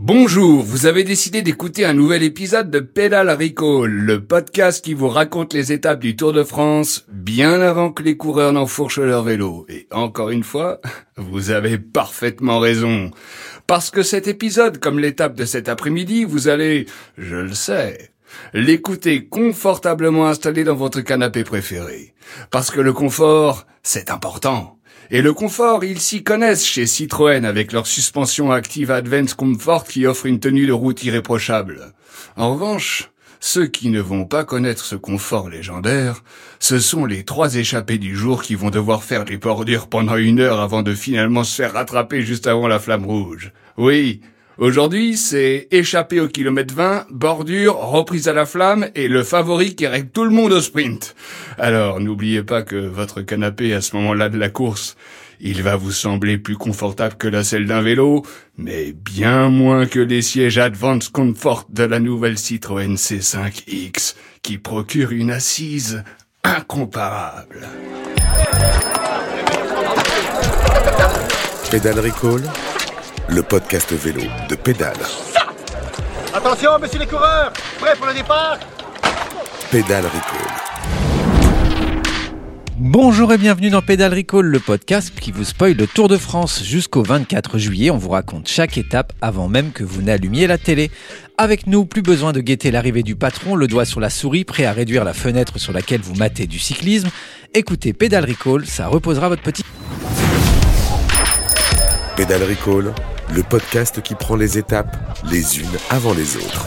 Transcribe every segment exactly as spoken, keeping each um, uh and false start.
Bonjour, vous avez décidé d'écouter un nouvel épisode de Pédale Recall, le podcast qui vous raconte les étapes du Tour de France bien avant que les coureurs n'enfourchent leur vélo. Et encore une fois, vous avez parfaitement raison. Parce que cet épisode, comme l'étape de cet après-midi, vous allez, je le sais, l'écouter confortablement installé dans votre canapé préféré. Parce que le confort, c'est important. Et le confort, ils s'y connaissent chez Citroën avec leur suspension Active Advance Comfort qui offre une tenue de route irréprochable. En revanche, ceux qui ne vont pas connaître ce confort légendaire, ce sont les trois échappés du jour qui vont devoir faire des bordures pendant une heure avant de finalement se faire rattraper juste avant la flamme rouge. Oui, aujourd'hui, c'est échappé au kilomètre vingt, bordure, reprise à la flamme et le favori qui règle tout le monde au sprint. Alors, n'oubliez pas que votre canapé à ce moment-là de la course, il va vous sembler plus confortable que la selle d'un vélo, mais bien moins que les sièges Advance Comfort de la nouvelle Citroën C cinq X, qui procure une assise incomparable. Pédale Recall, le podcast vélo de Pédale. Attention, messieurs les coureurs, prêts pour le départ ? Pédale Recall. Bonjour et bienvenue dans Pédale Recall, le podcast qui vous spoil le Tour de France. Jusqu'au vingt-quatre juillet, on vous raconte chaque étape avant même que vous n'allumiez la télé. Avec nous, plus besoin de guetter l'arrivée du patron, le doigt sur la souris, prêt à réduire la fenêtre sur laquelle vous matez du cyclisme. Écoutez Pédale Recall, ça reposera votre petit... Pédale Recall, le podcast qui prend les étapes les unes avant les autres.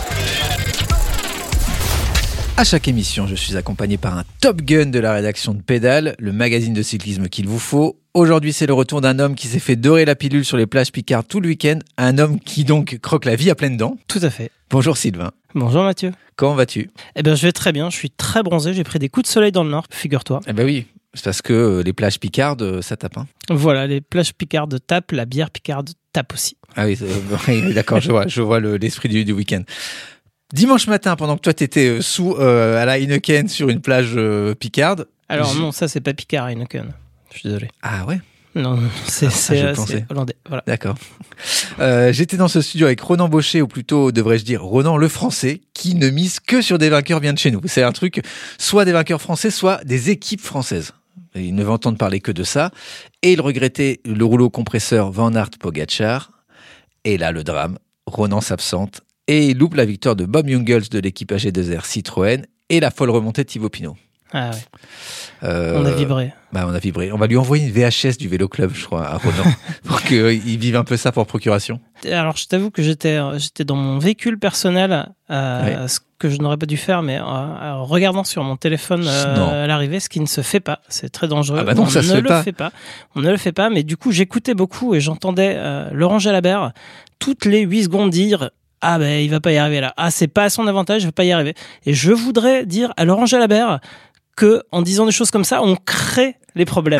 À chaque émission, je suis accompagné par un Top Gun de la rédaction de Pédale, le magazine de cyclisme qu'il vous faut. Aujourd'hui, c'est le retour d'un homme qui s'est fait dorer la pilule sur les plages Picardes tout le week-end. Un homme qui donc croque la vie à pleines dents. Tout à fait. Bonjour Sylvain. Bonjour Mathieu. Comment vas-tu ? Eh bien, je vais très bien. Je suis très bronzé. J'ai pris des coups de soleil dans le nord, figure-toi. Eh ben oui, c'est parce que euh, les plages Picardes, ça tape. Hein. Voilà, les plages Picardes tapent, la bière Picarde tape aussi. Ah oui, euh, d'accord, je vois, je vois le, l'esprit du, du week-end. Dimanche matin, pendant que toi t'étais sous euh, à la Heineken sur une plage euh, Picarde. Alors j'ai... non, ça c'est pas Picard Heineken. Je suis désolé. Ah ouais. Non, non c'est, ah, c'est, ah, euh, c'est hollandais. Voilà. D'accord. Euh, j'étais dans ce studio avec Ronan Baucher, ou plutôt devrais-je dire Ronan le Français, qui ne mise que sur des vainqueurs bien de chez nous. C'est un truc, soit des vainqueurs français, soit des équipes françaises. Il ne va entendre parler que de ça. Et il regrettait le rouleau compresseur Van Aert-Pogačar. Et là, le drame. Ronan s'absente. Et il loupe la victoire de Bob Jungels de l'équipe A G deux R Citroën et la folle remontée de Thibaut Pinot. Ah ouais. Euh, on a vibré. Bah on a vibré. On va lui envoyer une V H S du Vélo Club, je crois, à Ronan, pour qu'il vive un peu ça pour procuration. Alors, je t'avoue que j'étais, j'étais dans mon véhicule personnel, euh, oui. ce que je n'aurais pas dû faire, mais euh, en regardant sur mon téléphone euh, à l'arrivée, ce qui ne se fait pas. C'est très dangereux. Ah bah non, on ça ne se fait le pas. fait pas. On ne le fait pas, mais du coup, j'écoutais beaucoup et j'entendais euh, Laurent Jalabert toutes les huit secondes dire « Ah ben, il va pas y arriver là. Ah, c'est pas à son avantage, il va pas y arriver. » Et je voudrais dire à Laurent Jalabert que, en disant des choses comme ça, on crée les problèmes.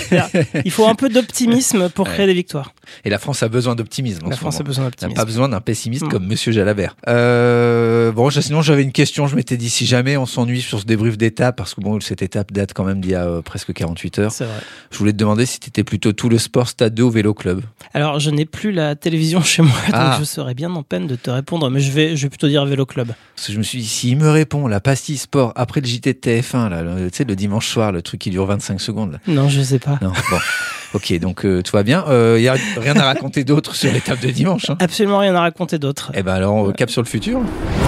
Il faut un peu d'optimisme pour ouais. créer des victoires. Et la France a besoin d'optimisme. La France moment. a besoin d'optimisme. Elle n'a pas besoin d'un pessimiste mmh. comme Monsieur Jalabert. Euh, bon, sinon j'avais une question. Je m'étais dit si jamais on s'ennuie sur ce débrief d'étape, parce que bon, cette étape date quand même d'il y a euh, presque quarante-huit heures. C'est vrai. Je voulais te demander si tu étais plutôt tout le sport Stade deux ou Vélo Club. Alors, je n'ai plus la télévision chez moi, ah. donc je serais bien en peine de te répondre, mais je vais, je vais plutôt dire Vélo Club. Parce que je me suis dit, s'il me répond la pastille sport après le J T de T F un, là, tu sais, le dimanche soir, le truc qui dure vingt-cinq secondes. Là. Non, je sais pas. Non, bon. Ok, donc euh, tout va bien. Il euh, n'y a rien à raconter d'autre sur l'étape de dimanche. Hein. Absolument rien à raconter d'autre. Eh ben alors, on ouais. cap sur le futur.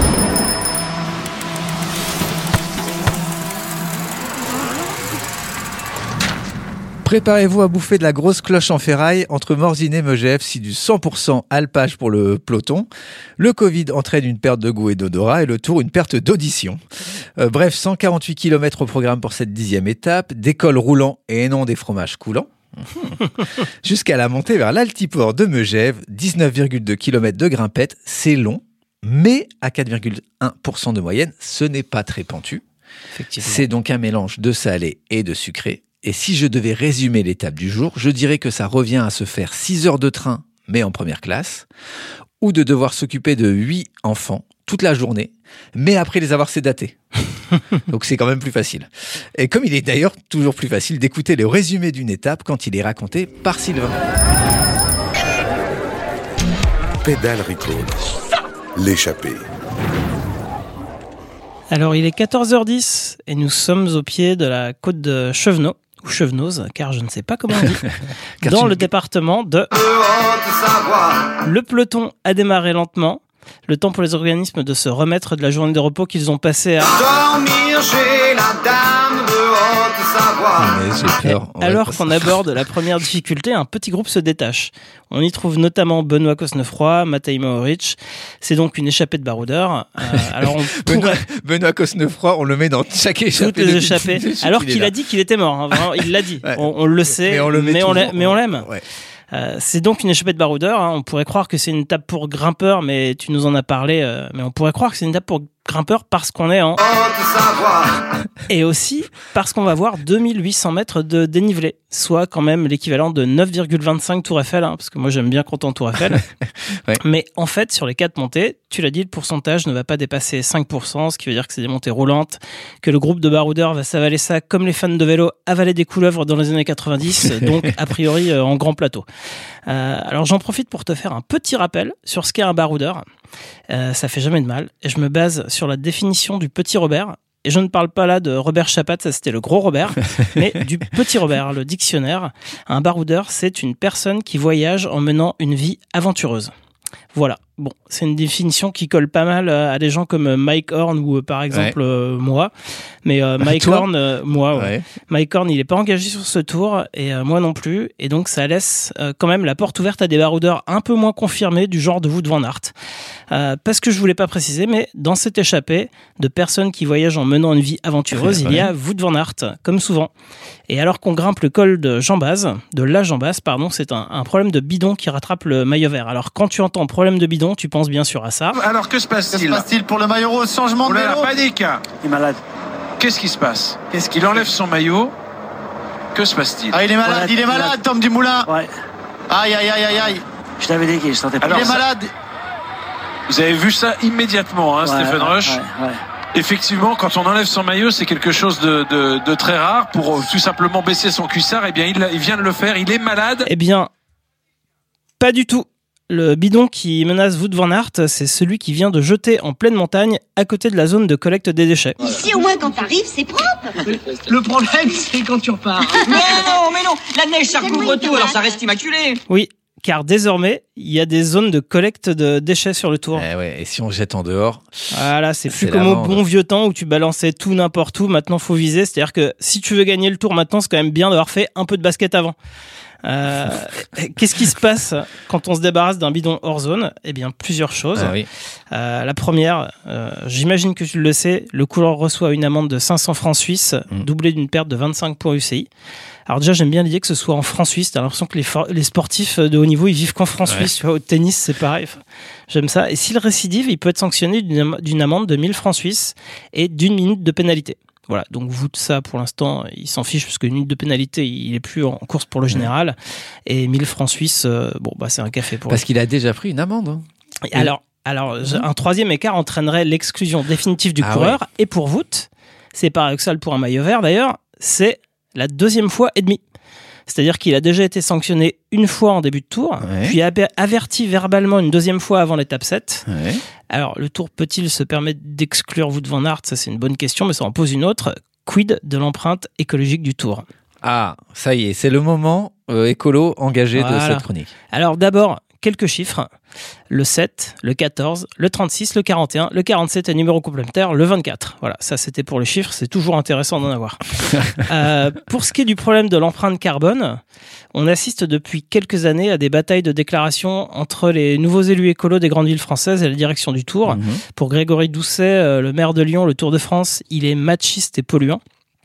Préparez-vous à bouffer de la grosse cloche en ferraille. Entre Morzine et Megève, si du cent pour cent alpage pour le peloton. Le Covid entraîne une perte de goût et d'odorat et le Tour une perte d'audition. Euh, bref, cent quarante-huit kilomètres au programme pour cette dixième étape. Des cols roulants et non des fromages coulants. Jusqu'à la montée vers l'altiport de Megève, dix-neuf virgule deux kilomètres de grimpette. C'est long, mais à quatre virgule un pour cent de moyenne, ce n'est pas très pentu. C'est donc un mélange de salé et de sucré. Et si je devais résumer l'étape du jour, je dirais que ça revient à se faire six heures de train, mais en première classe, ou de devoir s'occuper de huit enfants toute la journée, mais après les avoir sédatés. Donc c'est quand même plus facile. Et comme il est d'ailleurs toujours plus facile d'écouter le résumé d'une étape quand il est raconté par Sylvain. Pédale Recall. L'échappée. Alors, il est quatorze heures dix et nous sommes au pied de la côte de Chevenot, ou Chevenoz, car je ne sais pas comment on dit, dans le département de... Le peloton a démarré lentement. Le temps pour les organismes de se remettre de la journée de repos qu'ils ont passée à... Dormir chez la dame de Haute-Savoie. J'ai peur. Alors qu'on aborde la première difficulté, un petit groupe se détache. On y trouve notamment Benoît Cosnefroy, Matej Mohoric. C'est donc une échappée de baroudeurs. Euh, alors on pourrait... Benoît, Benoît Cosnefroy, on le met dans chaque échappée. Toutes les échappées. Alors qu'il a dit qu'il était mort. Hein. Vraiment, il l'a dit. Ouais. On, on le sait, mais on, le mais on, l'a, mais on l'aime. Ouais. Euh, c'est donc une échappée de baroudeurs. Hein. On pourrait croire que c'est une étape pour grimpeurs, mais tu nous en as parlé. Euh, mais on pourrait croire que c'est une étape pour grimpeurs parce qu'on est en et aussi parce qu'on va voir deux mille huit cents mètres de dénivelé, soit quand même l'équivalent de neuf virgule vingt-cinq Tour Eiffel, hein, parce que moi j'aime bien quand on Tour Eiffel. Ouais. Mais en fait, sur les quatre montées, tu l'as dit, le pourcentage ne va pas dépasser cinq pour cent, ce qui veut dire que c'est des montées roulantes, que le groupe de baroudeurs va s'avaler ça comme les fans de vélo avalaient des couleuvres dans les années quatre-vingt-dix, donc a priori euh, en grand plateau. Euh, alors j'en profite pour te faire un petit rappel sur ce qu'est un baroudeur. Euh, ça fait jamais de mal, et je me base sur la définition du petit Robert. Et je ne parle pas là de Robert Chapat, ça c'était le gros Robert, mais du petit Robert, le dictionnaire. Un baroudeur, c'est une personne qui voyage en menant une vie aventureuse. Voilà. Bon, c'est une définition qui colle pas mal à des gens comme Mike Horn ou par exemple ouais. euh, moi. Mais euh, Mike Horn, euh, moi, ouais. Ouais. Mike Horn, il est pas engagé sur ce tour et euh, moi non plus. Et donc ça laisse euh, quand même la porte ouverte à des baroudeurs un peu moins confirmés du genre de Wout van Aert. Euh, parce que je voulais pas préciser, mais dans cette échappée de personnes qui voyagent en menant une vie aventureuse, ouais. il y a Wout van Aert, comme souvent. Et alors qu'on grimpe le col de Jambaz, de la Jambaz, pardon, c'est un, un problème de bidon qui rattrape le maillot vert. Alors quand tu entends problème de bidon, tu penses bien sûr à ça. Alors que se passe-t-il ? Que se passe-t-il pour le maillot rose ? Changement de vélo ? Panique ! Il est malade. Qu'est-ce qui se passe ? Qu'est-ce qu'il enlève son maillot ? Que se passe-t-il ? Ah, il est malade, voilà, il est malade, Tom Dumoulin. Ouais. Aïe, aïe, aïe, aïe, aïe. Je t'avais dit qu'il se sentait pas. Alors, il est ça... malade. Vous avez vu ça immédiatement, hein, ouais, Stephen ouais, Rush. Ouais, ouais. Effectivement, quand on enlève son maillot, c'est quelque chose de, de, de très rare. Pour euh, tout simplement baisser son cuissard, eh bien, il, il vient de le faire. Il est malade. Eh bien, pas du tout. Le bidon qui menace Wout van Aert, c'est celui qui vient de jeter en pleine montagne à côté de la zone de collecte des déchets. Ici, au moins, quand t'arrives, c'est propre. Le problème, c'est quand tu repars. Mais non, mais non, la neige, ça recouvre tout, alors ça reste immaculé. Oui, car désormais, il y a des zones de collecte de déchets sur le tour. Eh ouais, et si on jette en dehors, voilà, c'est plus comme au bon vieux temps où tu balançais tout n'importe où. Maintenant, faut viser. C'est-à-dire que si tu veux gagner le tour maintenant, c'est quand même bien d'avoir fait un peu de basket avant. Euh, qu'est-ce qui se passe quand on se débarrasse d'un bidon hors zone ? Eh bien, plusieurs choses. Ah oui. Euh, la première, euh, j'imagine que tu le sais, le coureur reçoit une amende de cinq cents francs suisses, mmh. doublée d'une perte de vingt-cinq points U C I. Alors déjà, j'aime bien l'idée que ce soit en francs suisses. T'as l'impression que les, for- les sportifs de haut niveau, ils vivent qu'en francs ouais. suisses. Tu vois, au tennis, c'est pareil. Enfin, j'aime ça. Et s'il récidive, il peut être sanctionné d'une, am- d'une amende de mille francs suisses et d'une minute de pénalité. Voilà, donc vous, de ça, pour l'instant, il s'en fiche parce qu'une minute de pénalité, il est plus en course pour le général. Et mille francs suisses, euh, bon, bah, c'est un café pour Parce lui. qu'il a déjà pris une amende. Hein. Alors, alors mmh. un troisième écart entraînerait l'exclusion définitive du ah coureur. Ouais. Et pour Wout, c'est paradoxal pour un maillot vert d'ailleurs, c'est la deuxième fois et demie. C'est-à-dire qu'il a déjà été sanctionné une fois en début de tour, ouais. puis averti verbalement une deuxième fois avant l'étape sept. Ouais. Alors, le tour peut-il se permettre d'exclure Wout van Aert ? Ça, c'est une bonne question, mais ça en pose une autre. Quid de l'empreinte écologique du tour ? Ah, ça y est, c'est le moment euh, écolo engagé voilà. de cette chronique. Alors d'abord, quelques chiffres. Le sept, le quatorze, le trente-six, le quarante et un, le quarante-sept et numéro complémentaire, le vingt-quatre. Voilà, ça c'était pour les chiffres, c'est toujours intéressant d'en avoir. euh, pour ce qui est du problème de l'empreinte carbone, on assiste depuis quelques années à des batailles de déclaration entre les nouveaux élus écolos des grandes villes françaises et la direction du Tour. Mmh. Pour Grégory Doucet, euh, le maire de Lyon, le Tour de France, il est machiste et polluant.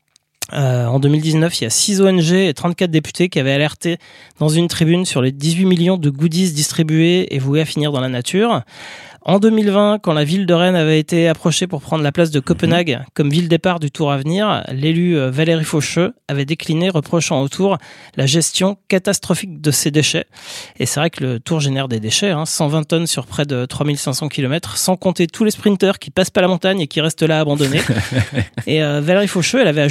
Euh, en deux mille dix-neuf, il y a six O N G et trente-quatre députés qui avaient alerté dans une tribune sur les dix-huit millions de goodies distribués et voués à finir dans la nature. En deux mille vingt, quand la ville de Rennes avait été approchée pour prendre la place de Copenhague mmh. comme ville départ du Tour à venir, l'élu Valérie Faucheux avait décliné, reprochant au Tour la gestion catastrophique de ces déchets. Et c'est vrai que le Tour génère des déchets, hein, cent vingt tonnes sur près de trois mille cinq cents kilomètres, sans compter tous les sprinteurs qui passent pas la montagne et qui restent là abandonnés. Et euh, Valérie Faucheux, elle avait ajouté que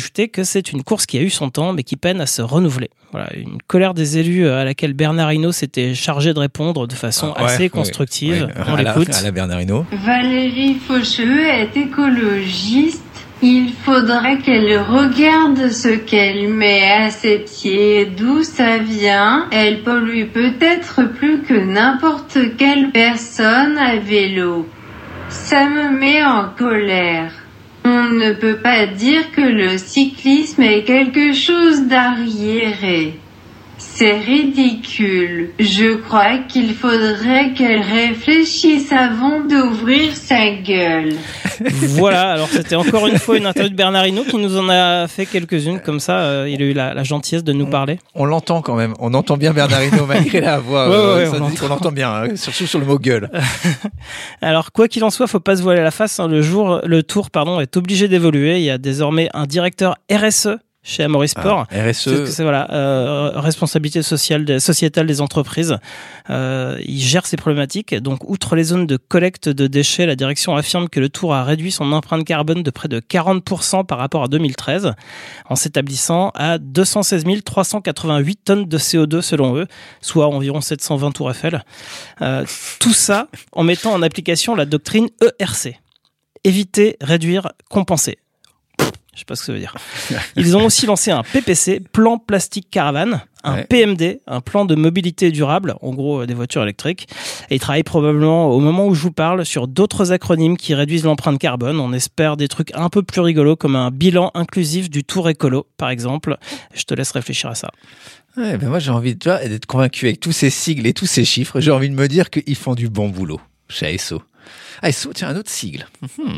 c'est une course qui a eu son temps, mais qui peine à se renouveler. Voilà, une colère des élus à laquelle Bernard Hinault s'était chargé de répondre de façon Ah ouais, assez ouais, constructive. ouais. On À la- l'écoute. À la Bernard Hinault. Valérie Faucheux est écologiste. Il faudrait qu'elle regarde ce qu'elle met à ses pieds, d'où ça vient. Elle pollue peut-être plus que n'importe quelle personne à vélo. Ça me met en colère. On ne peut pas dire que le cyclisme est quelque chose d'arriéré. C'est ridicule. Je crois qu'il faudrait qu'elle réfléchisse avant d'ouvrir sa gueule. Voilà, alors c'était encore une fois une interview de Bernard Hinault qui nous en a fait quelques-unes comme ça. Euh, il a eu la, la gentillesse de nous parler. On l'entend quand même. On entend bien Bernard Hinault malgré la voix. Ouais, euh, ouais, ça on dit l'entend. qu'on l'entend bien, hein, surtout sur le mot gueule. Alors quoi qu'il en soit, faut pas se voiler la face. Hein. Le jour, le Tour, pardon, est obligé d'évoluer. Il y a désormais un directeur R S E chez Amaury Sport. Ah, R S E. C'est, c'est voilà, euh, responsabilité sociale, des- sociétale des entreprises. Euh, il gère ces problématiques. Donc, outre les zones de collecte de déchets, la direction affirme que le Tour a réduit son empreinte carbone de près de quarante pour cent par rapport à deux mille treize, en s'établissant à deux cent seize mille trois cent quatre-vingt-huit tonnes de C O deux selon eux, soit environ sept cent vingt tours Eiffel. Euh, tout ça en mettant en application la doctrine E R C. Éviter, réduire, compenser. Je sais pas ce que ça veut dire. Ils ont aussi lancé un P P C, plan plastique caravane, un Ouais. P M D, un plan de mobilité durable, en gros euh, des voitures électriques. Et ils travaillent probablement, au moment où je vous parle, sur d'autres acronymes qui réduisent l'empreinte carbone. On espère des trucs un peu plus rigolos, comme un bilan inclusif du Tour écolo, par exemple. Je te laisse réfléchir à ça. Ouais, ben moi j'ai envie de, tu vois, d'être convaincu avec tous ces sigles et tous ces chiffres. J'ai envie de me dire qu'ils font du bon boulot chez A S O. A S O, tiens, un autre sigle. Mhm.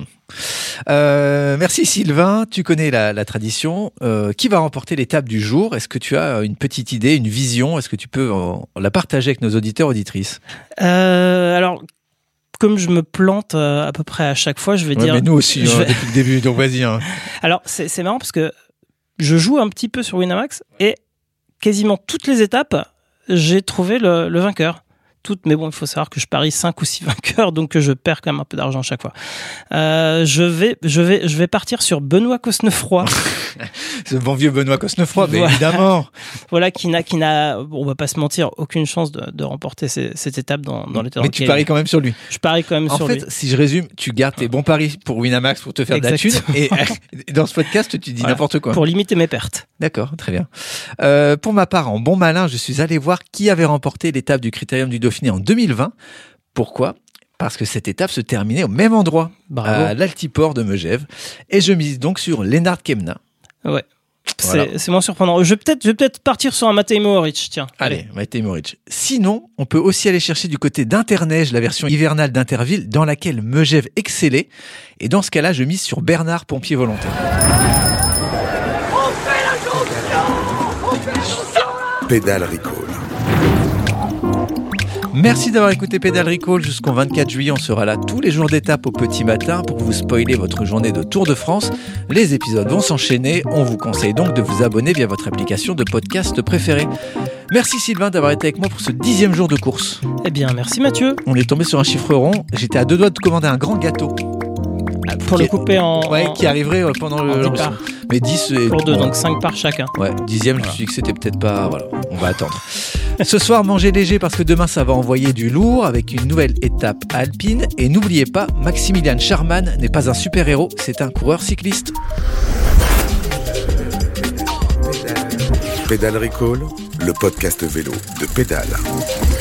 Euh, merci Sylvain, tu connais la, la tradition. Euh, qui va remporter l'étape du jour? Est-ce que tu as une petite idée, une vision? Est-ce que tu peux euh, la partager avec nos auditeurs, auditrices? Euh, alors, comme je me plante euh, à peu près à chaque fois, je vais Ouais, dire... mais nous aussi, je hein, vais- depuis le début, donc vas-y. Hein. Alors, c'est, c'est marrant parce que je joue un petit peu sur Winamax et quasiment toutes les étapes, j'ai trouvé le, le vainqueur. Toutes, mais bon, il faut savoir que je parie cinq ou six vainqueurs, donc je perds quand même un peu d'argent à chaque fois. Euh, je vais, je vais, je vais partir sur Benoît Cosnefroy. Ce bon vieux Benoît Cosnefroy, mais Voilà. évidemment. Voilà, qui n'a, qui n'a, on va pas se mentir, aucune chance de, de remporter ces- cette étape dans, dans l'état dans Mais tu lequel- paries quand même sur lui. Je parie quand même En sur fait, lui. si je résume, tu gardes tes bons paris pour Winamax pour te faire de la thune. Exactement. Et et dans ce podcast, tu dis Voilà. n'importe quoi. Pour limiter mes pertes. D'accord, très bien. Euh, pour ma part, en bon malin, je suis allé voir qui avait remporté l'étape du Critérium du Dauphiné en deux mille vingt. Pourquoi ? Parce que cette étape se terminait au même endroit, Bravo. à l'Altiport de Megève. Et je mise donc sur Lennart Kemna. Ouais. C'est, Voilà. c'est moins surprenant. Je vais peut-être, je vais peut-être partir sur un Matej Mohoric, tiens. Allez, Matej Mohoric. Sinon, on peut aussi aller chercher du côté d'Interneige, la version hivernale d'Interville, dans laquelle Megève excellait. Et dans ce cas-là, je mise sur Bernard, pompier volontaire. Pédale Recall. Merci d'avoir écouté Pédale Recall jusqu'au vingt-quatre juillet. On sera là tous les jours d'étape au petit matin pour vous spoiler votre journée de Tour de France. Les épisodes vont s'enchaîner. On vous conseille donc de vous abonner via votre application de podcast préférée. Merci Sylvain d'avoir été avec moi pour ce dixième jour de course. Eh bien, merci Mathieu. On est tombé sur un chiffre rond. J'étais à deux doigts de commander un grand gâteau. Pour Qui- le couper en, Ouais, qui arriverait euh, pendant en le... dix parts. Mais dix... et- Pour deux, bon, donc cinq par chacun. Ouais, dixième, je me suis dit que c'était peut-être pas... Voilà, on va attendre. Ce soir, mangez léger parce que demain, ça va envoyer du lourd avec une nouvelle étape alpine. Et n'oubliez pas, Maximilian Charman n'est pas un super-héros, c'est un coureur cycliste. Pédale Recall, le podcast vélo de Pédale.